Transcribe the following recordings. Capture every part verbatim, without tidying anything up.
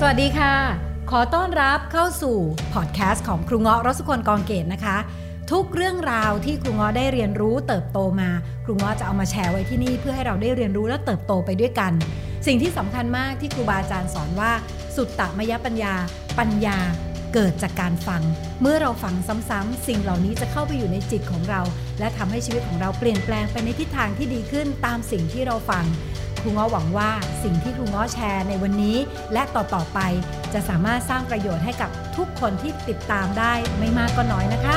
สวัสดีค่ะขอต้อนรับเข้าสู่พอดแคสต์ของครูเงาะรสสุคนกองเกตนะคะทุกเรื่องราวที่ครูเงาะได้เรียนรู้เติบโตมาครูเงาะจะเอามาแชร์ไว้ที่นี่เพื่อให้เราได้เรียนรู้และเติบโตไปด้วยกันสิ่งที่สำคัญมากที่ครูบาอาจารย์สอนว่าสุตตมยปัญญาปัญญาเกิดจากการฟังเมื่อเราฟังซ้ำๆสิ่งเหล่านี้จะเข้าไปอยู่ในจิตของเราและทำให้ชีวิตของเราเปลี่ยนแปลงไปในทิศทางที่ดีขึ้นตามสิ่งที่เราฟังครูเงาะหวังว่าสิ่งที่ครูเงาะแชร์ในวันนี้และต่อๆไปจะสามารถสร้างประโยชน์ให้กับทุกคนที่ติดตามได้ไม่มากก็น้อยนะคะ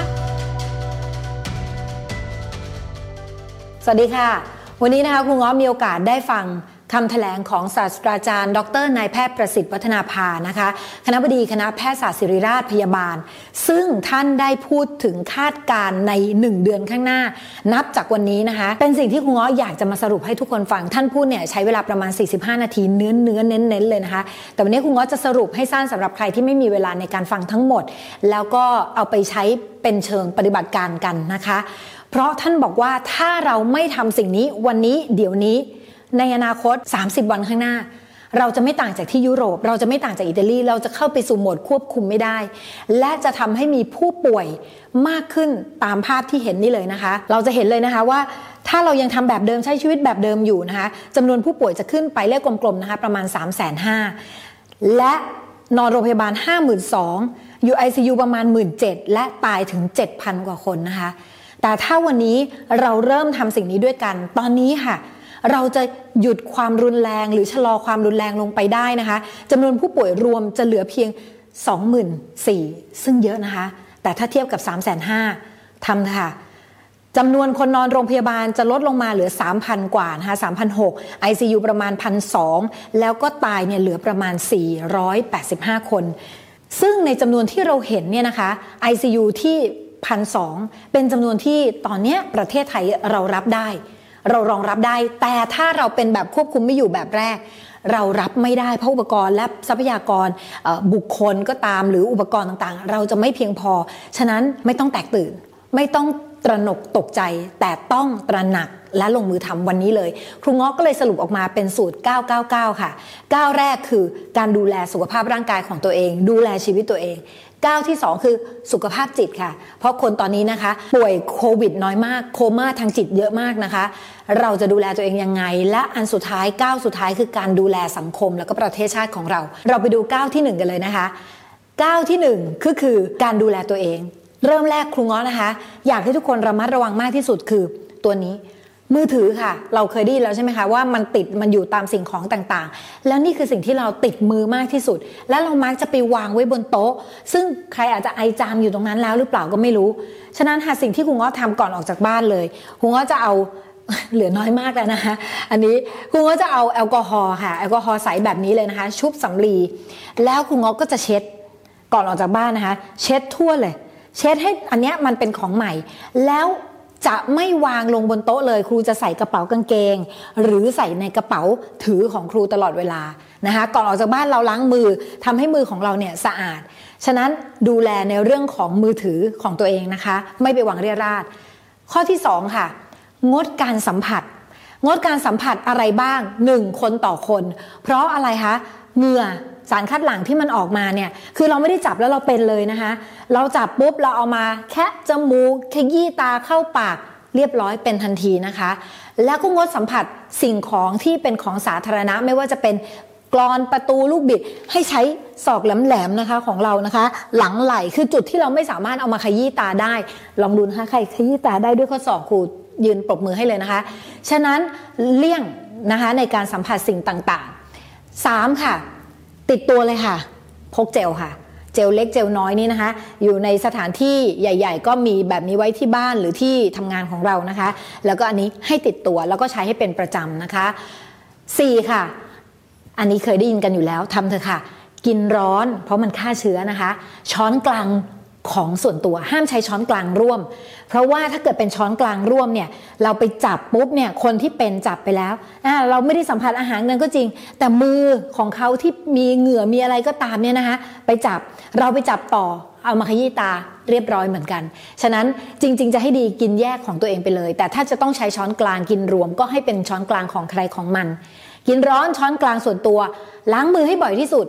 สวัสดีค่ะวันนี้นะคะครูเงาะมีโอกาสได้ฟังคำแถลงของศาสตราจารย์ดรนายแพทย์ประสิทธิ์วัฒนาภานะคะคณบดีคณะแพทยศาสตร์ศิริราชพยาบาลซึ่งท่านได้พูดถึงคาดการณ์ในหนึ่งเดือนข้างหน้านับจากวันนี้นะคะเป็นสิ่งที่ครูเงาะอยากจะมาสรุปให้ทุกคนฟังท่านพูดเนี่ยใช้เวลาประมาณสี่สิบห้านาทีเนื้อเนื้อเน้นเน้นเลยนะคะแต่วันนี้ครูเงาะจะสรุปให้สั้นสำหรับใครที่ไม่มีเวลาในการฟังทั้งหมดแล้วก็เอาไปใช้เป็นเชิงปฏิบัติการกันนะคะเพราะท่านบอกว่าถ้าเราไม่ทำสิ่งนี้วันนี้เดี๋ยวนี้ในอนาคตสามสิบวันข้างหน้าเราจะไม่ต่างจากที่ยุโรปเราจะไม่ต่างจากอิตาลีเราจะเข้าไปสู่โหมดควบคุมไม่ได้และจะทำให้มีผู้ป่วยมากขึ้นตามภาพที่เห็นนี่เลยนะคะเราจะเห็นเลยนะคะว่าถ้าเรายังทำแบบเดิมใช้ชีวิตแบบเดิมอยู่นะคะจำนวนผู้ป่วยจะขึ้นไปเลขกลมๆนะคะประมาณ สามแสนห้าหมื่น และนอนโรงพยาบาล ห้าหมื่นสองพัน อยู่ ไอ ซี ยู ประมาณ หนึ่งหมื่นเจ็ดพัน และตายถึง เจ็ดพัน กว่าคนนะคะแต่ถ้าวันนี้เราเริ่มทำสิ่งนี้ด้วยกันตอนนี้ค่ะเราจะหยุดความรุนแรงหรือชะลอความรุนแรงลงไปได้นะคะจำนวนผู้ป่วยรวมจะเหลือเพียง สองหมื่นสี่พัน ซึ่งเยอะนะคะแต่ถ้าเทียบกับ สามแสนห้าหมื่น ทำค่ะจำนวนคนนอนโรงพยาบาลจะลดลงมาเหลือ สามพัน กว่านะคะ สามพันหกร้อย ไอ ซี ยู ประมาณ หนึ่งพันสองร้อย แล้วก็ตายเนี่ยเหลือประมาณสี่ร้อยแปดสิบห้าคนซึ่งในจำนวนที่เราเห็นเนี่ยนะคะ ไอ ซี ยู ที่ หนึ่งพันสองร้อย เป็นจำนวนที่ตอนนี้ประเทศไทยเรารับได้เรารองรับได้แต่ถ้าเราเป็นแบบควบคุมไม่อยู่แบบแรกเรารับไม่ได้เพราะอุปกรณ์และทรัพยากรบุคคลก็ตามหรืออุปกรณ์ต่างๆเราจะไม่เพียงพอฉะนั้นไม่ต้องแตกตื่นไม่ต้องตระหนกตกใจแต่ต้องตระหนักและลงมือทำวันนี้เลยครูเงาะก็เลยสรุปออกมาเป็นสูตรเก้า เก้า เก้าค่ะก้าวแรกคือการดูแลสุขภาพร่างกายของตัวเองดูแลชีวิตตัวเองก้าวที่สองคือสุขภาพจิตค่ะเพราะคนตอนนี้นะคะป่วยโควิดน้อยมากโคม่าทางจิตเยอะมากนะคะเราจะดูแลตัวเองยังไงและอันสุดท้ายก้าวสุดท้ายคือการดูแลสังคมแล้วก็ประเทศชาติของเราเราไปดูก้าวที่หนึ่งกันเลยนะคะก้าวที่หนึ่งก็คือการดูแลตัวเองเริ่มแรกครูเงาะนะคะอยากให้ทุกคนระมัดระวังมากที่สุดคือตัวนี้มือถือค่ะเราเคยได้ยินแล้วใช่ไหมคะว่ามันติดมันอยู่ตามสิ่งของต่างๆแล้วนี่คือสิ่งที่เราติดมือมากที่สุดและเรามักจะไปวางไว้บนโต๊ะซึ่งใครอาจจะไอจามอยู่ตรงนั้นแล้วหรือเปล่าก็ไม่รู้ฉะนั้นหาสิ่งที่ครูเงาะทำก่อนออกจากบ้านเลยครูเงาะจะเอา เหลือน้อยมากแล้วนะคะอันนี้ครูเงาะจะเอาแอลกอฮอล์ค่ะแอลกอฮอล์ใสแบบนี้เลยนะคะชุบสำลีแล้วครูเงาะก็จะเช็ดก่อนออกจากบ้านนะคะเช็ดทั่วเลยเช็ดให้อันเนี้ยมันเป็นของใหม่แล้วจะไม่วางลงบนโต๊ะเลยครูจะใส่กระเป๋ากางเกงหรือใส่ในกระเป๋าถือของครูตลอดเวลานะคะก่อนออกจากบ้านเราล้างมือทำให้มือของเราเนี่ยสะอาดฉะนั้นดูแลในเรื่องของมือถือของตัวเองนะคะไม่ไปวางเรี่ยราดข้อที่สองค่ะงดการสัมผัสงดการสัมผัสอะไรบ้างหนึ่งคนต่อคนเพราะอะไรคะเหงื่อสารคัดหลั่งที่มันออกมาเนี่ยคือเราไม่ได้จับแล้วเราเป็นเลยนะคะเราจับปุ๊บเราเอามาแคะจมูกขยี้ตาเข้าปากเรียบร้อยเป็นทันทีนะคะแล้วก็งดสัมผัสสิ่งของที่เป็นของสาธารณะไม่ว่าจะเป็นกลอนประตูลูกบิดให้ใช้ศอกแหลมๆนะคะของเรานะคะหลังไหล่คือจุดที่เราไม่สามารถเอามาขยี้ตาได้ลองดูนะคะใครขยี้ตาได้ด้วยข้อศอกครูยืนปรบมือให้เลยนะคะฉะนั้นเลี่ยงนะคะในการสัมผัสสิ่งต่างๆสามค่ะติดตัวเลยค่ะพกเจลค่ะเจลเล็กเจลน้อยนี่นะคะอยู่ในสถานที่ใหญ่ๆก็มีแบบนี้ไว้ที่บ้านหรือที่ทำงานของเรานะคะแล้วก็อันนี้ให้ติดตัวแล้วก็ใช้ให้เป็นประจำนะคะสี่ค่ะอันนี้เคยได้ยินกันอยู่แล้วทำเถอะค่ะกินร้อนเพราะมันฆ่าเชื้อนะคะช้อนกลางของส่วนตัวห้ามใช้ช้อนกลางร่วมเพราะว่าถ้าเกิดเป็นช้อนกลางร่วมเนี่ยเราไปจับปุ๊บเนี่ยคนที่เป็นจับไปแล้วอ่าเราไม่ได้สัมผัสอาหารนั้นก็จริงแต่มือของเขาที่มีเหงื่อมีอะไรก็ตามเนี่ยนะคะไปจับเราไปจับต่อเอามาขยี้ตาเรียบร้อยเหมือนกันฉะนั้นจริงๆจะให้ดีกินแยกของตัวเองไปเลยแต่ถ้าจะต้องใช้ช้อนกลางกินรวมก็ให้เป็นช้อนกลางของใครของมันกินร้อนช้อนกลางส่วนตัวล้างมือให้บ่อยที่สุด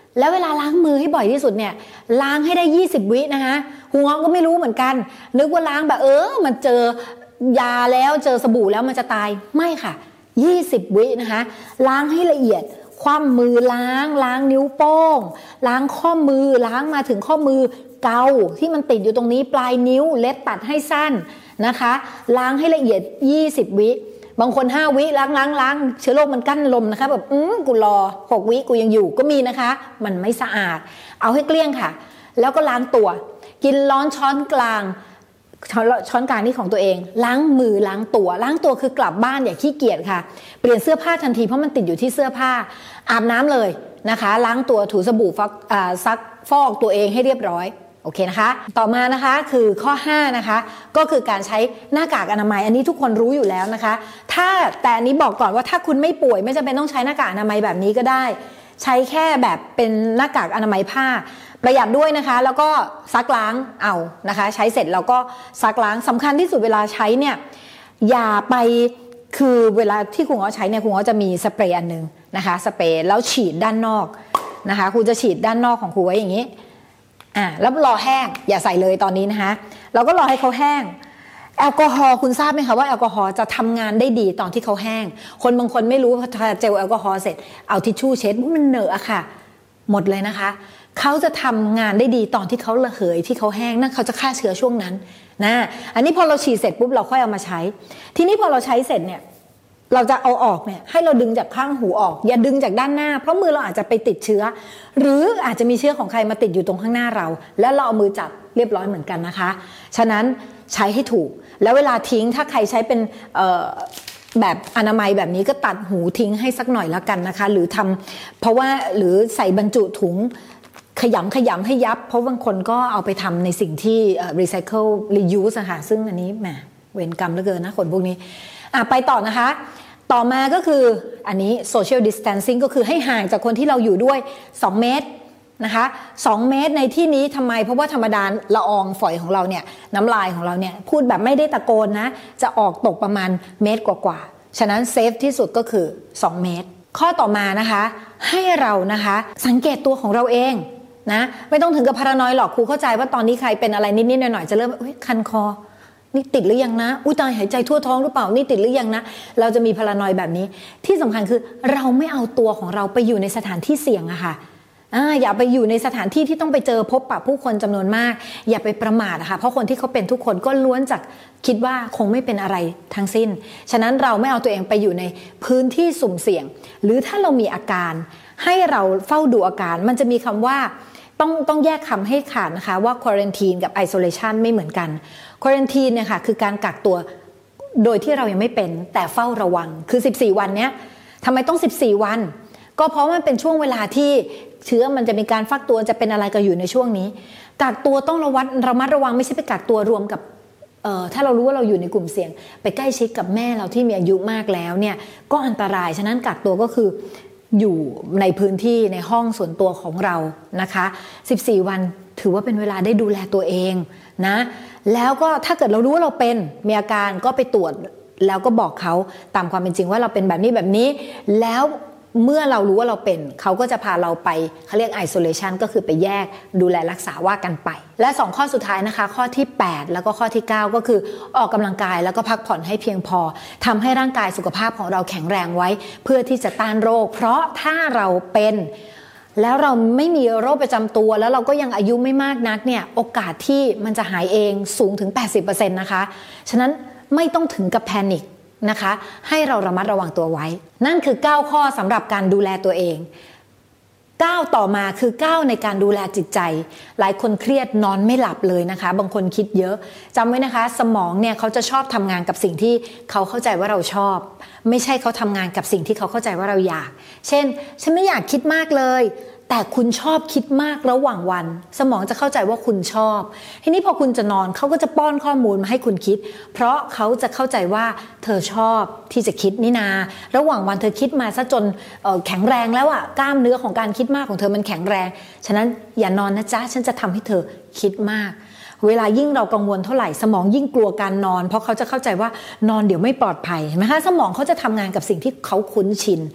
แล้วเวลาล้างมือให้บ่อยที่สุดเนี่ยล้างให้ได้ยี่สิบวินะคะครูง้อก็ไม่รู้เหมือนกันนึกว่าล้างแบบเออมันเจอยาแล้วเจอสบู่แล้วมันจะตายไม่ค่ะยี่สิบวินะคะล้างให้ละเอียดคว่ำมือล้างล้างนิ้วโป้งล้างข้อมือล้างมาถึงข้อมือเกาที่มันติดอยู่ตรงนี้ปลายนิ้วเล็บตัดให้สั้นนะคะล้างให้ละเอียดยี่สิบวิบางคนห้าวิล้างล้างล้างเชื้อโรคมันกั้นลมนะคะแบบอืมกูรอหกวิกูยังอยู่ก็มีนะคะมันไม่สะอาดเอาให้เกลี้ยงค่ะแล้วก็ล้างตัวกินร้อนช้อนกลางช้อนกลางนี่ของตัวเองล้างมือล้างตัวล้างตัวคือกลับบ้านอย่าขี้เกียจค่ะเปลี่ยนเสื้อผ้าทันทีเพราะมันติดอยู่ที่เสื้อผ้าอาบน้ำเลยนะคะล้างตัวถูสบู่ฟักซักฟอกตัวเองให้เรียบร้อยโอเคนะคะต่อมานะคะคือข้อห้านะคะก็คือการใช้หน้ากากอนามัยอันนี้ทุกคนรู้อยู่แล้วนะคะถ้าแต่อันนี้บอกก่อนว่าถ้าคุณไม่ป่วยไม่จำเป็นต้องใช้หน้ากากอนามัยแบบนี้ก็ได้ใช้แค่แบบเป็นหน้ากากอนามัยผ้าประหยัดด้วยนะคะแล้วก็ซักล้างเอานะคะใช้เสร็จแล้วก็ซักล้างสำคัญที่สุดเวลาใช้เนี่ยอย่าไปคือเวลาที่คุณหมอใช้เนี่ยคุณหมอจะมีสเปรย์อันนึงนะคะสเปรย์แล้วฉีดด้านนอกนะคะคุณจะฉีดด้านนอกของคุณไว้อย่างนี้อ่าแล้วรอแห้งอย่าใส่เลยตอนนี้นะคะเราก็รอให้เขาแห้งแอลกอฮอล์คุณทราบไหมคะว่าแอลกอฮอล์จะทำงานได้ดีตอนที่เขาแห้งคนบางคนไม่รู้พอทาเจลแอลกอฮอล์เสร็จเอาทิชชู่เช็ดมันเหนอะค่ะหมดเลยนะคะเขาจะทำงานได้ดีตอนที่เขาระเหยที่เขาแห้งนั่นเขาจะฆ่าเชื้อช่วงนั้นนะอันนี้พอเราฉีดเสร็จปุ๊บเราค่อยเอามาใช้ทีนี้พอเราใช้เสร็จเนี่ยเราจะเอาออกเนี่ยให้เราดึงจากข้างหูออกอย่าดึงจากด้านหน้าเพราะมือเราอาจจะไปติดเชื้อหรืออาจจะมีเชื้อของใครมาติดอยู่ตรงข้างหน้าเราแล้วเราเอามือจับเรียบร้อยเหมือนกันนะคะฉะนั้นใช้ให้ถูกแล้วเวลาทิ้งถ้าใครใช้เป็นแบบอนามัยแบบนี้ก็ตัดหูทิ้งให้สักหน่อยแล้วกันนะคะหรือทำเพราะว่าหรือใส่บรรจุถุงขยำขยำให้ยับเพราะบางคนก็เอาไปทำในสิ่งที่ recycle reuse อะค่ะซึ่งอันนี้แหมเวรกรรมเหลือเกินนะคนพวกนี้อ่ะไปต่อนะคะต่อมาก็คืออันนี้ social distancing ก็คือให้ห่างจากคนที่เราอยู่ด้วยสองเมตรนะคะสองเมตรในที่นี้ทำไมเพราะว่าธรรมดาละอองฝอยของเราเนี่ยน้ำลายของเราเนี่ยพูดแบบไม่ได้ตะโกนนะจะออกตกประมาณเมตรกว่าๆฉะนั้นเซฟที่สุดก็คือสองเมตรข้อต่อมานะคะให้เรานะคะสังเกตตัวของเราเองนะไม่ต้องถึงกับพารานอยหรอกครูเข้าใจว่าตอนนี้ใครเป็นอะไรนิดๆหน่อยๆจะเริ่มอุ๊ยคันคอนี่ติดหรือยังนะอุ้ยตายหายใจทั่วท้องหรือเปล่านี่ติดหรือยังนะเราจะมีพารานอยแบบนี้ที่สำคัญคือเราไม่เอาตัวของเราไปอยู่ในสถานที่เสี่ยงอะค่ะอ่าอย่าไปอยู่ในสถานที่ที่ต้องไปเจอพบปะผู้คนจำนวนมากอย่าไปประมาทอะค่ะเพราะคนที่เขาเป็นทุกคนก็ล้วนจากคิดว่าคงไม่เป็นอะไรทั้งสิ้นฉะนั้นเราไม่เอาตัวเองไปอยู่ในพื้นที่สุ่มเสี่ยงหรือถ้าเรามีอาการให้เราเฝ้าดูอาการมันจะมีคำว่าต้องต้องแยกคำให้ขาดนะคะว่า quarantine กับ isolation ไม่เหมือนกัน quarantine เนี่ยค่ะคือการกักตัวโดยที่เรายังไม่เป็นแต่เฝ้าระวังคือสิบสี่วันเนี้ยทำไมต้องสิบสี่วันก็เพราะมันเป็นช่วงเวลาที่เชื้อมันจะมีการฟักตัวจะเป็นอะไรก็อยู่ในช่วงนี้กักตัวต้องระวัดระมัดระวังไม่ใช่ไปกักตัวรวมกับเอ่อถ้าเรารู้ว่าเราอยู่ในกลุ่มเสี่ยงไปใกล้ชิดกับแม่เราที่มีอายุมากแล้วเนี่ยก็อันตรายฉะนั้นกักตัวก็คืออยู่ในพื้นที่ในห้องส่วนตัวของเรานะคะสิบสี่วันถือว่าเป็นเวลาได้ดูแลตัวเองนะแล้วก็ถ้าเกิดเรารู้ว่าเราเป็นมีอาการก็ไปตรวจแล้วก็บอกเขาตามความเป็นจริงว่าเราเป็นแบบนี้แบบนี้แล้วเมื่อเรารู้ว่าเราเป็นเขาก็จะพาเราไปเขาเรียก isolation ก็คือไปแยกดูแลรักษาว่ากันไปและสองข้อสุดท้ายนะคะข้อที่แปดแล้วก็ข้อที่เก้าก็คือออกกำลังกายแล้วก็พักผ่อนให้เพียงพอทำให้ร่างกายสุขภาพของเราแข็งแรงไว้เพื่อที่จะต้านโรคเพราะถ้าเราเป็นแล้วเราไม่มีโรคประจำตัวแล้วเราก็ยังอายุไม่มากนักเนี่ยโอกาสที่มันจะหายเองสูงถึง แปดสิบเปอร์เซ็นต์ นะคะฉะนั้นไม่ต้องถึงกับแพนิคนะคะให้เราระมัดระวังตัวไว้นั่นคือเก้าข้อสำหรับการดูแลตัวเองก้าวต่อมาคือก้าวในการดูแลจิตใจหลายคนเครียดนอนไม่หลับเลยนะคะบางคนคิดเยอะจำไว้นะคะสมองเนี่ยเขาจะชอบทำงานกับสิ่งที่เขาเข้าใจว่าเราชอบไม่ใช่เขาทำงานกับสิ่งที่เขาเข้าใจว่าเราอยากเช่นฉันไม่อยากคิดมากเลยแต่คุณชอบคิดมากระหว่างวันสมองจะเข้าใจว่าคุณชอบทีนี้พอคุณจะนอนเขาก็จะป้อนข้อมูลมาให้คุณคิดเพราะเขาจะเข้าใจว่าเธอชอบที่จะคิดนี่นาระหว่างวันเธอคิดมาซะจนแข็งแรงแล้วอะกล้ามเนื้อของการคิดมากของเธอมันแข็งแรงฉะนั้นอย่านอนนะจ๊ะฉันจะทำให้เธอคิดมากเวลายิ่งเรากังวลเท่าไหร่สมองยิ่งกลัวการนอนเพราะเขาจะเข้าใจว่านอนเดี๋ยวไม่ปลอดภัยเห็นไหมคะสมองเขาจะทำงานกับสิ่งที่เขาคุ้นชิน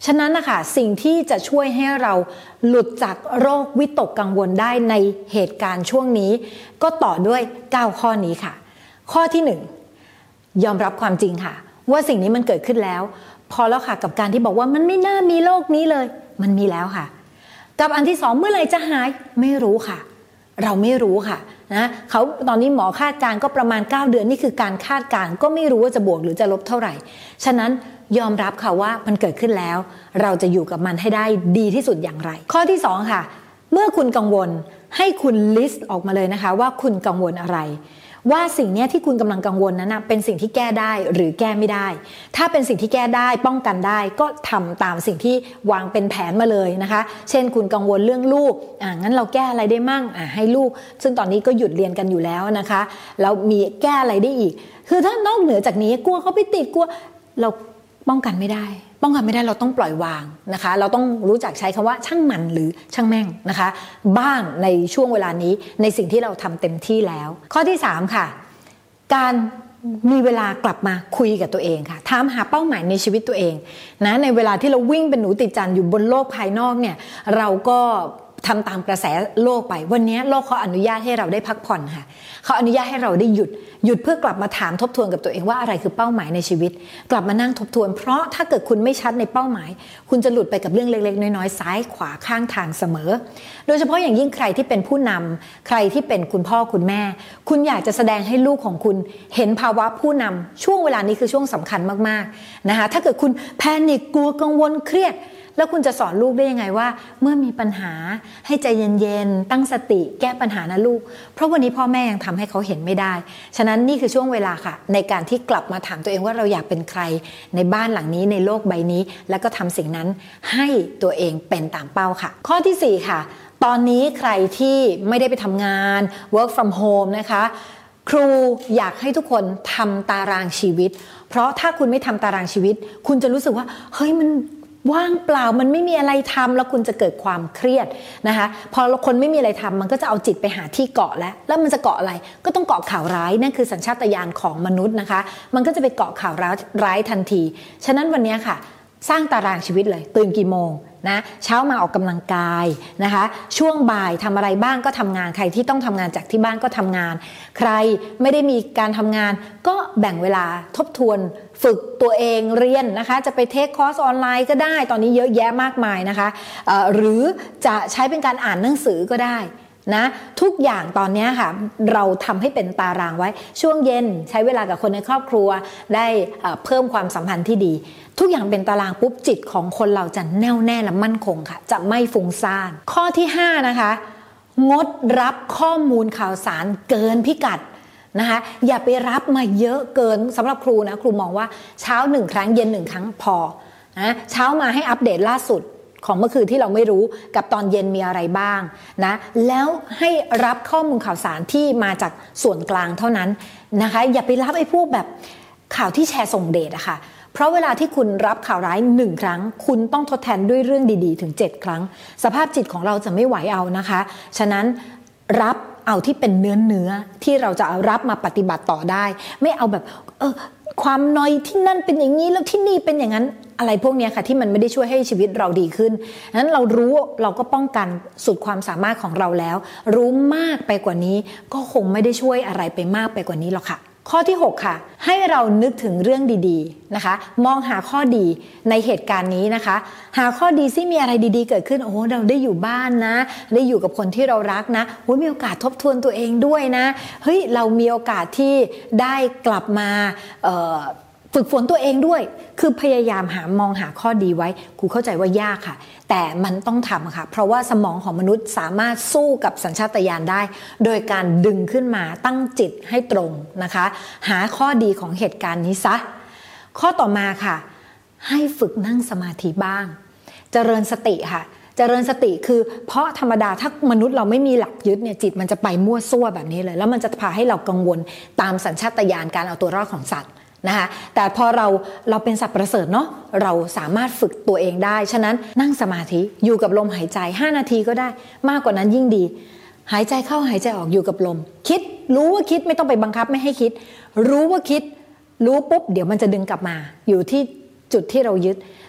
ฉะนั้นนะคะสิ่งที่จะช่วยให้เราหลุดจากโรควิตกกังวลได้ในเหตุการณ์ช่วงนี้ก็ต่อด้วยเก้าข้อนี้ค่ะข้อที่หนึ่งยอมรับความจริงค่ะว่าสิ่งนี้มันเกิดขึ้นแล้วพอแล้วค่ะกับการที่บอกว่ามันไม่น่ามีโรคนี้เลยมันมีแล้วค่ะกับอันที่สองเมื่อไหร่จะหายไม่รู้ค่ะเราไม่รู้ค่ะนะเขาตอนนี้หมอคาดการณ์ก็ประมาณเก้าเดือนนี่คือการคาดการณ์ก็ไม่รู้ว่าจะบวกหรือจะลบเท่าไหร่ฉะนั้นยอมรับค่ะว่ามันเกิดขึ้นแล้วเราจะอยู่กับมันให้ได้ดีที่สุดอย่างไรข้อที่สองค่ะเมื่อคุณกังวลให้คุณลิสต์ออกมาเลยนะคะว่าคุณกังวลอะไรว่าสิ่งนี้ที่คุณกำลังกังวลนั้นนะเป็นสิ่งที่แก้ได้หรือแก้ไม่ได้ถ้าเป็นสิ่งที่แก้ได้ป้องกันได้ก็ทำตามสิ่งที่วางเป็นแผนมาเลยนะคะเช่นคุณกังวลเรื่องลูกอ่างั้นเราแก้อะไรได้มั่งอ่าให้ลูกซึ่งตอนนี้ก็หยุดเรียนกันอยู่แล้วนะคะเรามีแก้อะไรได้อีกคือถ้านอกเหนือจากนี้กลัวเขาไปติดกลัวเราป้องกันไม่ได้ป้องกันไม่ได้เราต้องปล่อยวางนะคะเราต้องรู้จักใช้คำว่าช่างมันหรือช่างแม่งนะคะบ้างในช่วงเวลานี้ในสิ่งที่เราทำเต็มที่แล้วข้อที่สามค่ะการมีเวลากลับมาคุยกับตัวเองค่ะถามหาเป้าหมายในชีวิตตัวเองนะในเวลาที่เราวิ่งเป็นหนูติดจั่นอยู่บนโลกภายนอกเนี่ยเราก็ทำตามกระแสโลกไปวันนี้โลกเขาอนุญาตให้เราได้พักผ่อนค่ะเขาอนุญาตให้เราได้หยุดหยุดเพื่อกลับมาถามทบทวนกับตัวเองว่าอะไรคือเป้าหมายในชีวิตกลับมานั่งทบทวนเพราะถ้าเกิดคุณไม่ชัดในเป้าหมายคุณจะหลุดไปกับเรื่องเล็กๆน้อยๆซ้ายขวาข้างทางเสมอโดยเฉพาะอย่างยิ่งใครที่เป็นผู้นำใครที่เป็นคุณพ่อคุณแม่คุณอยากจะแสดงให้ลูกของคุณเห็นภาวะผู้นำช่วงเวลานี้คือช่วงสำคัญมากๆนะคะถ้าเกิดคุณแพนิคกลัวกังวลเครียดแล้วคุณจะสอนลูกได้ยังไงว่าเมื่อมีปัญหาให้ใจเย็นๆตั้งสติแก้ปัญหานะลูกเพราะวันนี้พ่อแม่ยังทำให้เขาเห็นไม่ได้ฉะนั้นนี่คือช่วงเวลาค่ะในการที่กลับมาถามตัวเองว่าเราอยากเป็นใครในบ้านหลังนี้ในโลกใบนี้แล้วก็ทำสิ่งนั้นให้ตัวเองเป็นตามเป้าค่ะข้อที่สี่ค่ะตอนนี้ใครที่ไม่ได้ไปทำงาน work from home นะคะครูอยากให้ทุกคนทำตารางชีวิตเพราะถ้าคุณไม่ทำตารางชีวิตคุณจะรู้สึกว่าเฮ้ยมันว่างเปล่ามันไม่มีอะไรทำแล้วคุณจะเกิดความเครียดนะคะพอคนไม่มีอะไรทำมันก็จะเอาจิตไปหาที่เกาะแล้วแล้วมันจะเกาะอะไรก็ต้องเกาะข่าวร้ายนั่นคือสัญชาตญาณของมนุษย์นะคะมันก็จะไปเกาะข่าวร้ายร้ายทันทีฉะนั้นวันนี้ค่ะสร้างตารางชีวิตเลยตื่นกี่โมงนะเช้ามาออกกำลังกายนะคะช่วงบ่ายทำอะไรบ้างก็ทำงานใครที่ต้องทำงานจากที่บ้านก็ทำงานใครไม่ได้มีการทำงานก็แบ่งเวลาทบทวนฝึกตัวเองเรียนนะคะจะไปเทคคอร์สออนไลน์ก็ได้ตอนนี้เยอะแยะมากมายนะคะหรือจะใช้เป็นการอ่านหนังสือก็ได้นะทุกอย่างตอนนี้ค่ะเราทำให้เป็นตารางไว้ช่วงเย็นใช้เวลากับคนในครอบครัวได้เพิ่มความสัมพันธ์ที่ดีทุกอย่างเป็นตารางปุ๊บจิตของคนเราจะแน่วแน่และมั่นคงค่ะจะไม่ฟุ้งซ่านข้อที่ห้านะคะงดรับข้อมูลข่าวสารเกินพิกัดนะคะอย่าไปรับมาเยอะเกินสำหรับครูนะครูมองว่าเช้าหนึ่งครั้งเย็นหนึ่งครั้งพอนะเช้ามาให้อัปเดตล่าสุดของเมื่อคืนที่เราไม่รู้กับตอนเย็นมีอะไรบ้างนะแล้วให้รับข้อมูลข่าวสารที่มาจากส่วนกลางเท่านั้นนะคะอย่าไปรับไอ้พวกแบบข่าวที่แชร์ส่งเดชอะค่ะเพราะเวลาที่คุณรับข่าวร้ายหนึ่งครั้งคุณต้องทดแทนด้วยเรื่องดีๆถึงเจ็ดครั้งสภาพจิตของเราจะไม่ไหวเอานะคะฉะนั้นรับเอาที่เป็นเนื้อเนื้อที่เราจะเอารับมาปฏิบัติต่อได้ไม่เอาแบบเออความนอยที่นั่นเป็นอย่างนี้แล้วที่นี่เป็นอย่างนั้นอะไรพวกนี้ค่ะที่มันไม่ได้ช่วยให้ชีวิตเราดีขึ้นนั้นเรารู้เราก็ป้องกันสุดความสามารถของเราแล้วรู้มากไปกว่านี้ก็คงไม่ได้ช่วยอะไรไปมากไปกว่านี้หรอกค่ะข้อที่หกค่ะให้เรานึกถึงเรื่องดีๆนะคะมองหาข้อดีในเหตุการณ์นี้นะคะหาข้อดีซิมีอะไรดีๆเกิดขึ้นโอ้เราได้อยู่บ้านนะได้อยู่กับคนที่เรารักนะโอ้มีโอกาสทบทวนตัวเองด้วยนะเฮ้ยเรามีโอกาสที่ได้กลับมาเอ่อฝึกฝนตัวเองด้วยคือพยายามหามองหาข้อดีไว้ครูเข้าใจว่ายากค่ะแต่มันต้องทำค่ะเพราะว่าสมองของมนุษย์สามารถสู้กับสัญชาตญาณได้โดยการดึงขึ้นมาตั้งจิตให้ตรงนะคะหาข้อดีของเหตุการณ์นี้ซะข้อต่อมาค่ะให้ฝึกนั่งสมาธิบ้างเจริญสติค่ะเจริญสติคือเพราะธรรมดาถ้ามนุษย์เราไม่มีหลักยึดเนี่ยจิตมันจะไปมั่วซั่วแบบนี้เลยแล้วมันจะพาให้เรากังวลตามสัญชาตญาณการเอาตัวรอดของสัตว์นะคะแต่พอเราเราเป็นสัตว์ประเสริฐเนาะเราสามารถฝึกตัวเองได้ฉะนั้นนั่งสมาธิอยู่กับลมหายใจห้านาทีก็ได้มากกว่านั้นยิ่งดีหายใจเข้าหายใจออกอยู่กับลมคิดรู้ว่าคิดไม่ต้องไปบังคับไม่ให้คิดรู้ว่าคิดรู้ปุ๊บเดี๋ยวมันจะดึงกลับมาอยู่ที่จุดที่เรายึด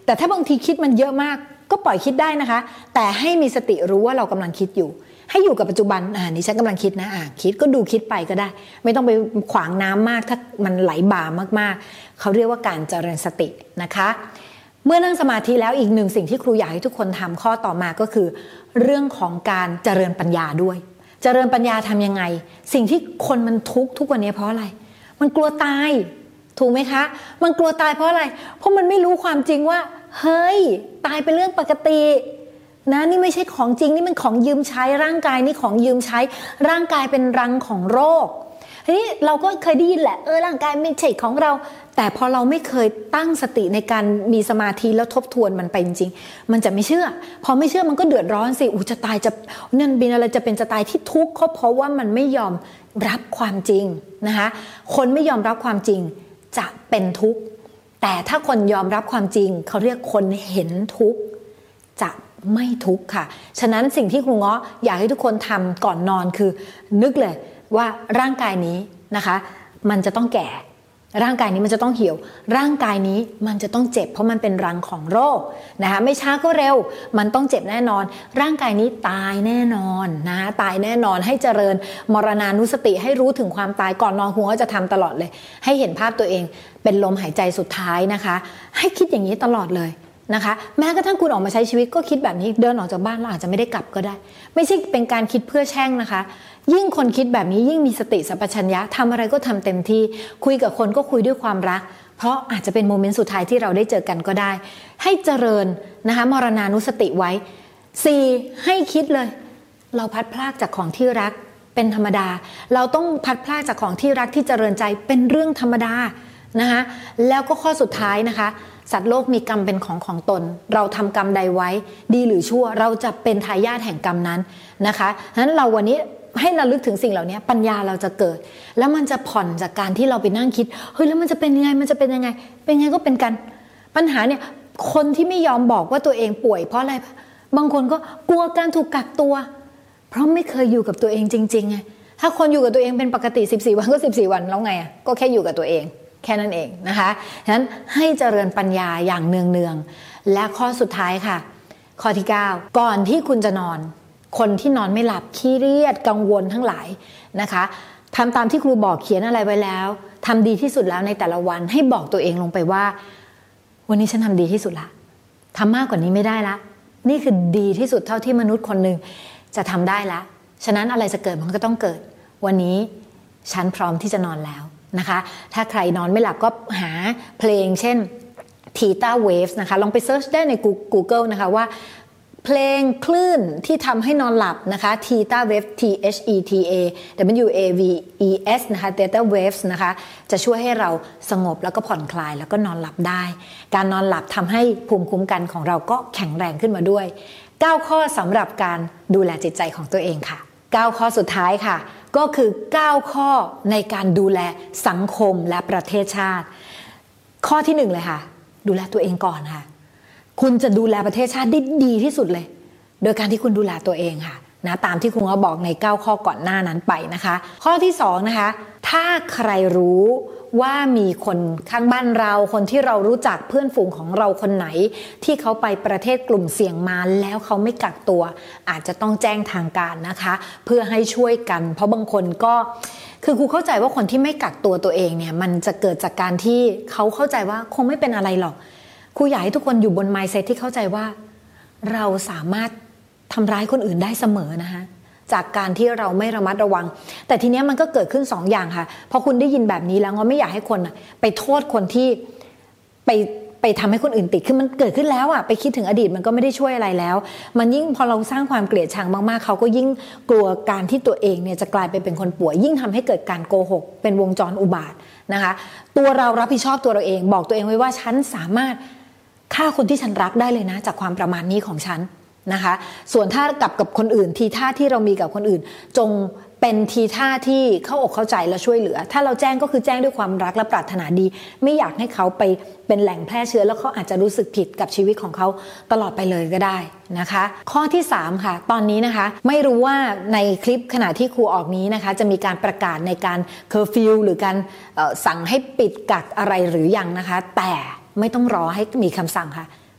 แต่ถ้าบางทีคิดมันเยอะมากก็ปล่อยคิดได้นะคะแต่ให้มีสติรู้ว่าเรากำลังคิดอยู่ให้อยู่กับปัจจุบันอ่านี่ฉันกำลังคิดนะอ่าคิดก็ดูคิดไปก็ได้ไม่ต้องไปขวางน้ำมากถ้ามันไหลบ่ามากๆเขาเรียกว่าการเจริญสตินะคะเมื่อนั่งสมาธิแล้วอีกหนึ่งสิ่งที่ครูอยากให้ทุกคนทำข้อต่อมาก็คือเรื่องของการเจริญปัญญาด้วยเจริญปัญญาทำยังไงสิ่งที่คนมันทุกข์ทุกวันนี้เพราะอะไรมันกลัวตายถูกไหมคะมันกลัวตายเพราะอะไรเพราะมันไม่รู้ความจริงว่าเฮ้ยตายเป็นเรื่องปกตินะนี่ไม่ใช่ของจริงนี่มันของยืมใช้ร่างกายนี่ของยืมใช้ร่างกายเป็นรังของโรคทีนี้เราก็เคยได้ยินแหละเออร่างกายไม่ใช่ของเราแต่พอเราไม่เคยตั้งสติในการมีสมาธิแล้วทบทวนมันไปจริงๆมันจะไม่เชื่อพอไม่เชื่อมันก็เดือดร้อนสิอู้จะตายจะนั่นบินอะไรจะเป็นจะตายที่ทุกข์เพราะว่ามันไม่ยอมรับความจริงนะคะคนไม่ยอมรับความจริงจะเป็นทุกข์แต่ถ้าคนยอมรับความจริงเขาเรียกคนเห็นทุกข์จะไม่ทุกข์ค่ะฉะนั้นสิ่งที่ครูเงาะอยากให้ทุกคนทำก่อนนอนคือนึกเลยว่าร่างกายนี้นะคะมันจะต้องแก่ร่างกายนี้มันจะต้องเหี่ยวร่างกายนี้มันจะต้องเจ็บเพราะมันเป็นรังของโรคนะคะไม่ช้าก็เร็วมันต้องเจ็บแน่นอนร่างกายนี้ตายแน่นอนนะตายแน่นอนให้เจริญมรณานุสติให้รู้ถึงความตายก่อนนอนครูก็จะทำตลอดเลยให้เห็นภาพตัวเองเป็นลมหายใจสุดท้ายนะคะให้คิดอย่างนี้ตลอดเลยนะคะแม้กระทั่งคุณออกมาใช้ชีวิตก็คิดแบบนี้เดินออกจากบ้านเราอาจจะไม่ได้กลับก็ได้ไม่ใช่เป็นการคิดเพื่อแช่งนะคะยิ่งคนคิดแบบนี้ยิ่งมีสติสัมปชัญญะทำอะไรก็ทำเต็มที่คุยกับคนก็คุยด้วยความรักเพราะอาจจะเป็นโมเมนต์สุดท้ายที่เราได้เจอกันก็ได้ให้เจริญนะคะมรณานุสติไว้สี่ให้คิดเลยเราพัดพลากจากของที่รักเป็นธรรมดาเราต้องพัดพลากจากของที่รักที่เจริญใจเป็นเรื่องธรรมดานะคะแล้วก็ข้อสุดท้ายนะคะสัตว์โลกมีกรรมเป็นของของตนเราทำกรรมใดไว้ดีหรือชั่วเราจะเป็นทายาทแห่งกรรมนั้นนะคะฉะนั้นเราวันนี้ให้ระลึกถึงสิ่งเหล่านี้ปัญญาเราจะเกิดแล้วมันจะผ่อนจากการที่เราไปนั่งคิดเฮ้ยแล้วมันจะเป็นยังไงมันจะเป็นยังไงเป็นยังไงก็เป็นกันปัญหาเนี่ยคนที่ไม่ยอมบอกว่าตัวเองป่วยเพราะอะไรบางคนก็กลัวการถูกกักตัวเพราะไม่เคยอยู่กับตัวเองจริงๆไงถ้าคนอยู่กับตัวเองเป็นปกติสิบสี่วันก็สิบสี่วันแล้วไงอ่ะก็แค่อยู่กับตัวเองแค่นั้นเองนะคะฉะนั้นให้เจริญปัญญาอย่างเนืองๆและข้อสุดท้ายค่ะข้อที่เก้าก่อนที่คุณจะนอนคนที่นอนไม่หลับขี้เรียดกังวลทั้งหลายนะคะทำตามที่ครูบอกเขียนอะไรไว้แล้วทำดีที่สุดแล้วในแต่ละวันให้บอกตัวเองลงไปว่าวันนี้ฉันทำดีที่สุดละทำมากกว่านี้ไม่ได้ละนี่คือดีที่สุดเท่าที่มนุษย์คนหนึ่งจะทำได้ละฉะนั้นอะไรจะเกิดมันก็ต้องเกิดวันนี้ฉันพร้อมที่จะนอนแล้วนะคะถ้าใครนอนไม่หลับก็หาเพลงเช่น Theta Waves นะคะลองไปเซิร์ชได้ใน Google นะคะว่าเพลงคลื่นที่ทำให้นอนหลับนะคะ Theta Waves T H E T A W A V E S นะคะ Theta Waves นะคะจะช่วยให้เราสงบแล้วก็ผ่อนคลายแล้วก็นอนหลับได้การนอนหลับทำให้ภูมิคุ้มกันของเราก็แข็งแรงขึ้นมาด้วยเก้าข้อสำหรับการดูแลจิตใจของตัวเองค่ะเก้าข้อสุดท้ายค่ะก็คือเก้าข้อในการดูแลสังคมและประเทศชาติข้อที่หนึ่งเลยค่ะดูแลตัวเองก่อนค่ะคุณจะดูแลประเทศชาติได้ดีที่สุดเลยโดยการที่คุณดูแลตัวเองค่ะนะตามที่ครูเงาะบอกในเก้าข้อก่อนหน้านั้นไปนะคะข้อที่สองนะคะถ้าใครรู้ว่ามีคนข้างบ้านเราคนที่เรารู้จักเพื่อนฝูงของเราคนไหนที่เขาไปประเทศกลุ่มเสี่ยงมาแล้วเขาไม่กักตัวอาจจะต้องแจ้งทางการนะคะเพื่อให้ช่วยกันเพราะบางคนก็คือครูเข้าใจว่าคนที่ไม่กักตัวตัวเองเนี่ยมันจะเกิดจากการที่เขาเข้าใจว่าคงไม่เป็นอะไรหรอกครูอยากให้ทุกคนอยู่บน mindset ที่เข้าใจว่าเราสามารถทำร้ายคนอื่นได้เสมอนะคะจากการที่เราไม่ระมัดระวังแต่ทีนี้มันก็เกิดขึ้นสองอย่างค่ะพอคุณได้ยินแบบนี้แล้วก็ไม่อยากให้คนไปโทษคนที่ไปไปทำให้คนอื่นติดคือมันเกิดขึ้นแล้วอ่ะไปคิดถึงอดีตมันก็ไม่ได้ช่วยอะไรแล้วมันยิ่งพอเราสร้างความเกลียดชังมากๆเขาก็ยิ่งกลัวการที่ตัวเองเนี่ยจะกลายไปเป็นคนป่วยยิ่งทำให้เกิดการโกหกเป็นวงจรอุบาทนะคะตัวเรารับผิดชอบตัวเราเองบอกตัวเองไว้ว่าฉันสามารถฆ่าคนที่ฉันรักได้เลยนะจากความประมาทนี้ของฉันนะคะส่วนถ้ากับกับคนอื่นทีท่าที่เรามีกับคนอื่นจงเป็นทีท่าที่เข้าอกเข้าใจและช่วยเหลือถ้าเราแจ้งก็คือแจ้งด้วยความรักและปรารถนาดีไม่อยากให้เขาไปเป็นแหล่งแพร่เชื้อแล้วเขาอาจจะรู้สึกผิดกับชีวิตของเขาตลอดไปเลยก็ได้นะคะข้อที่สามค่ะตอนนี้นะคะไม่รู้ว่าในคลิปขณะที่ครูออกนี้นะคะจะมีการประกาศในการเคอร์ฟิวหรือการสั่งให้ปิดกักอะไรหรือยังนะคะแต่ไม่ต้องรอให้มีคำสั่งค่ะ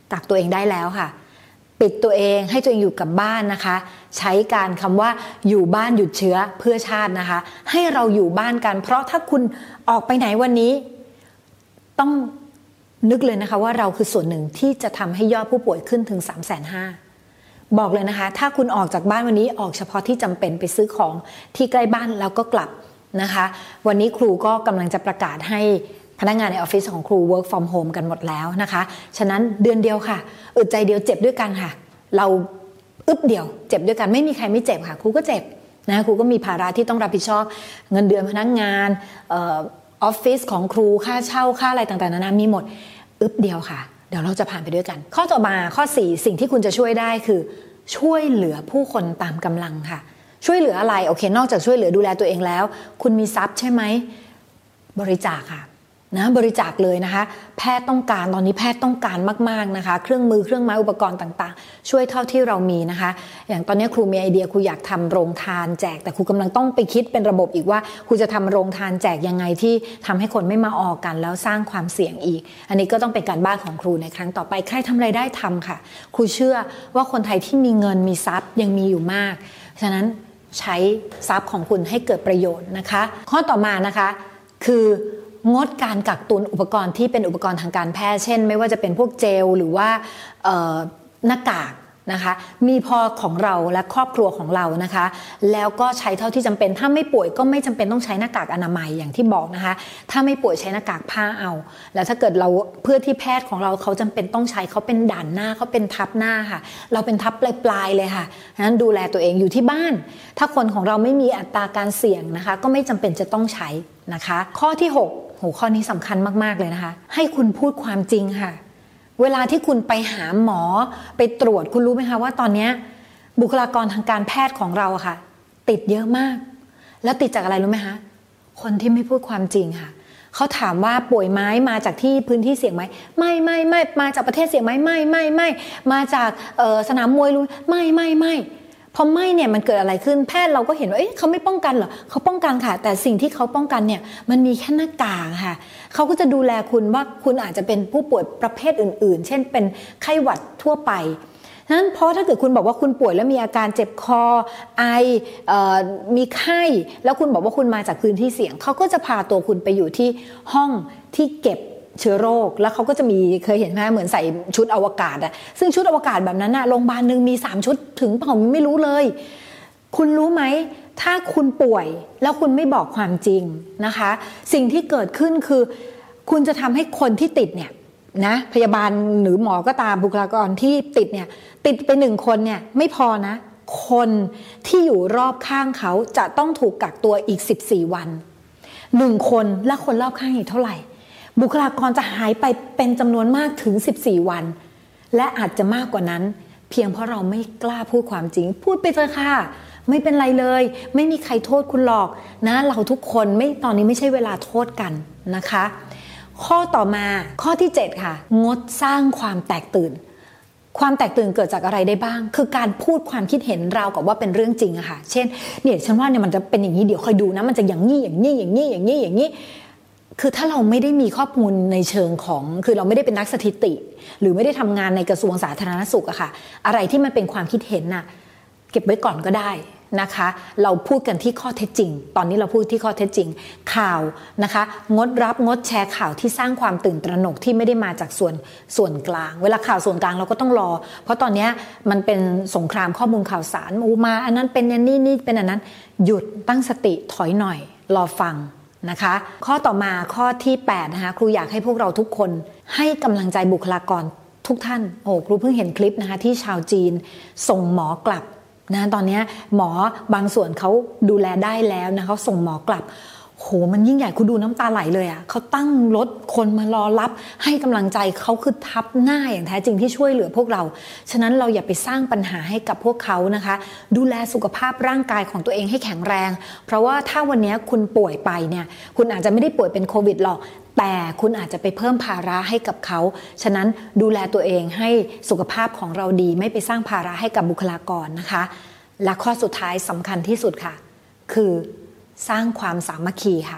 กักตัวเองได้แล้วค่ะปิดตัวเองให้ตัวเองอยู่กับบ้านนะคะใช้การคำว่าอยู่บ้านหยุดเชื้อเพื่อชาตินะคะให้เราอยู่บ้านกันเพราะถ้าคุณออกไปไหนวันนี้ต้องนึกเลยนะคะว่าเราคือส่วนหนึ่งที่จะทำให้ยอดผู้ป่วยขึ้นถึง สามแสนห้าหมื่น บอกเลยนะคะถ้าคุณออกจากบ้านวันนี้ออกเฉพาะที่จำเป็นไปซื้อของที่ใกล้บ้านแล้วก็กลับนะคะวันนี้ครูก็กำลังจะประกาศให้พนักงานในออฟฟิศของครู work from home กันหมดแล้วนะคะฉะนั้นเดือนเดียวค่ะอึดใจเดียวเจ็บด้วยกันค่ะเราอึดเดียวเจ็บด้วยกันไม่มีใครไม่เจ็บค่ะครูก็เจ็บนะครูก็มีภาระที่ต้องรับผิดชอบเงินเดือนพนักงานออฟฟิศของครูค่าเช่าค่าอะไรต่างๆนานามีหมดอึดเดียวค่ะเดี๋ยวเราจะผ่านไปด้วยกันข้อต่อมาข้อสี่สิ่งที่คุณจะช่วยได้คือช่วยเหลือผู้คนตามกำลังค่ะช่วยเหลืออะไรโอเคนอกจากช่วยเหลือดูแลตัวเองแล้วคุณมีทรัพย์ใช่ไหมบริจาคค่ะนะบริจาคเลยนะคะแพทย์ต้องการตอนนี้แพทย์ต้องการมากๆนะคะเครื่องมือเครื่องไม้อุปกรณ์ต่างๆช่วยเท่าที่เรามีนะคะอย่างตอนนี้ครูมีไอเดียครูอยากทำโรงทานแจกแต่ครูกำลังต้องไปคิดเป็นระบบอีกว่าครูจะทำโรงทานแจกยังไงที่ทำให้คนไม่มาออกกันแล้วสร้างความเสี่ยงอีกอันนี้ก็ต้องเป็นการบ้านของครูในครั้งต่อไปใครทำอะไรได้ทำค่ะครูเชื่อว่าคนไทยที่มีเงินมีทรัพย์ยังมีอยู่มากฉะนั้นใช้ทรัพย์ของคุณให้เกิดประโยชน์นะคะข้อต่อมานะคะคืองดการกักตุนอุปกรณ์ที่เป็นอุปกรณ์ทางการแพทย์เช่นไม่ว่าจะเป็นพวกเจลหรือว่าหน้ากากนะคะมีพอของเราและครอบครัวของเรานะคะแล้วก็ใช้เท่าที่จำเป็นถ้าไม่ป่วยก็ไม่จำเป็นต้องใช้หน้ากากอนามัยอย่างที่บอกนะคะถ้าไม่ป่วยใช้หน้ากากผ้าเอาแล้วถ้าเกิดเราเพื่อที่แพทย์ของเราเขาจำเป็นต้องใช้เขาเป็นด่านหน้าเขาเป็นทับหน้าค่ะเราเป็นทับปลายๆเลยค่ะฉะนั้นดูแลตัวเองอยู่ที่บ้านถ้าคนของเราไม่มีอัตราการเสี่ยงนะคะก็ไม่จำเป็นจะต้องใช้นะคะข้อที่หกโหข้อนี้สำคัญมากๆเลยนะคะให้คุณพูดความจริงค่ะเวลาที่คุณไปหาหมอไปตรวจคุณรู้ไหมคะว่าตอนนี้บุคลากรทางการแพทย์ของเราค่ะติดเยอะมากแล้วติดจากอะไรรู้ไหมคะคนที่ไม่พูดความจริงค่ะเขาถามว่าป่วยไหมมาจากที่พื้นที่เสี่ยงไหมไม่ไม่ไม่มาจากประเทศเสี่ยงไหมไม่ไม่ไม่มาจากสนามมวยรู้ไม่ไม่ไม่พอไม่เนี่ยมันเกิดอะไรขึ้นแพทย์เราก็เห็นว่าเอ๊ะเขาไม่ป้องกันเหรอเขาป้องกันค่ะแต่สิ่งที่เขาป้องกันเนี่ยมันมีแค่หน้ากากค่ะเขาก็จะดูแลคุณว่าคุณอาจจะเป็นผู้ป่วยประเภทอื่นๆเช่นเป็นไข้หวัดทั่วไปนั้นเพราะถ้าเกิดคุณบอกว่าคุณป่วยแล้วมีอาการเจ็บคอไอเอ่อมีไข้แล้วคุณบอกว่าคุณมาจากพื้นที่เสี่ยงเขาก็จะพาตัวคุณไปอยู่ที่ห้องที่เก็บเชื้อโรคแล้วเขาก็จะมีเคยเห็นไหมเหมือนใส่ชุดอวกาศอะซึ่งชุดอวกาศแบบนั้นอะโรงพยาบาลหนึ่งมีสามชุดถึงเปล่าไม่รู้เลยคุณรู้ไหมถ้าคุณป่วยแล้วคุณไม่บอกความจริงนะคะสิ่งที่เกิดขึ้นคือคุณจะทำให้คนที่ติดเนี่ยนะพยาบาลหรือหมอก็ตามบุคลากรที่ติดเนี่ยติดไปหนึ่งคนเนี่ยไม่พอนะคนที่อยู่รอบข้างเขาจะต้องถูกกักตัวอีกสิบสี่วันหนึ่งคนและคนรอบข้างอีกเท่าไหร่บุคลากรจะหายไปเป็นจำนวนมากถึงสิบสี่วันและอาจจะมากกว่านั้นเพียงเพราะเราไม่กล้าพูดความจริงพูดไปเถอะค่ะไม่เป็นไรเลยไม่มีใครโทษคุณหรอกนะเราทุกคนไม่ตอนนี้ไม่ใช่เวลาโทษกันนะคะข้อต่อมาข้อที่เจ็ดค่ะงดสร้างความแตกตื่นความแตกตื่นเกิดจากอะไรได้บ้างคือการพูดความคิดเห็นราวกับว่าเป็นเรื่องจริงอะค่ะเช่นเนี่ยฉันว่าเนี่ยมันจะเป็นอย่างนี้เดี๋ยวคอยดูนะมันจะอย่างนี้อย่างนี้อย่างนี้อย่างนี้อย่างนี้คือถ้าเราไม่ได้มีข้อมูลในเชิงของคือเราไม่ได้เป็นนักสถิติหรือไม่ได้ทำงานในกระทรวงสาธารณสุขอะค่ะอะไรที่มันเป็นความคิดเห็นน่ะเก็บไว้ก่อนก็ได้นะคะเราพูดกันที่ข้อเท็จจริงตอนนี้เราพูดที่ข้อเท็จจริงข่าวนะคะงดรับงดแชร์ข่าวที่สร้างความตื่นตระหนกที่ไม่ได้มาจากส่วนส่วนกลางเวลาข่าวส่วนกลางเราก็ต้องรอเพราะตอนนี้มันเป็นสงครามข้อมูลข่าวสารอูมาอันนั้นเป็นอันนี้นี่เป็นอันนั้นหยุดตั้งสติถอยหน่อยรอฟังนะคะข้อต่อมาข้อที่แปดนะคะครูอยากให้พวกเราทุกคนให้กำลังใจบุคลากรทุกท่านโอ้ครูเพิ่งเห็นคลิปนะคะที่ชาวจีนส่งหมอกลับนะตอนนี้หมอบางส่วนเขาดูแลได้แล้วนะเขาส่งหมอกลับโหมันยิ่งใหญ่คุณดูน้ำตาไหลเลยอ่ะเขาตั้งรถคนมารอรับให้กำลังใจเขาคือทับหน้าอย่างแท้จริงที่ช่วยเหลือพวกเราฉะนั้นเราอย่าไปสร้างปัญหาให้กับพวกเขานะคะดูแลสุขภาพร่างกายของตัวเองให้แข็งแรงเพราะว่าถ้าวันนี้คุณป่วยไปเนี่ยคุณอาจจะไม่ได้ป่วยเป็นโควิดหรอกแต่คุณอาจจะไปเพิ่มภาระให้กับเขาฉะนั้นดูแลตัวเองให้สุขภาพของเราดีไม่ไปสร้างภาระให้กับบุคลากรนะคะและข้อสุดท้ายสำคัญที่สุดค่ะคือสร้างความสามัคคีค่ะ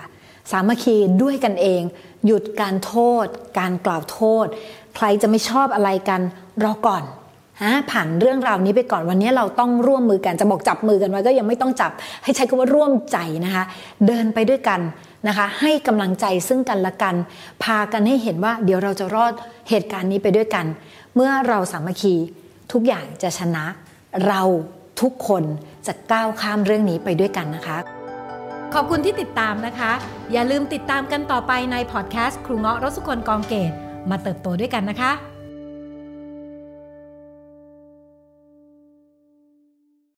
สามัคคีด้วยกันเองหยุดการโทษการกล่าวโทษใครจะไม่ชอบอะไรกันรอก่อนฮะผ่านเรื่องราวนี้ไปก่อนวันนี้เราต้องร่วมมือกันจะบอกจับมือกันไว้ก็ยังไม่ต้องจับให้ใช้คำว่าร่วมใจนะคะเดินไปด้วยกันนะคะให้กำลังใจซึ่งกันและกันพากันให้เห็นว่าเดี๋ยวเราจะรอดเหตุการณ์นี้ไปด้วยกันเมื่อเราสามัคคีทุกอย่างจะชนะเราทุกคนจะก้าวข้ามเรื่องนี้ไปด้วยกันนะคะขอบคุณที่ติดตามนะคะอย่าลืมติดตามกันต่อไปในพอดแคสต์ครูเงาะรสสุคนกองเกตมาเติบโตด้วยกันนะคะ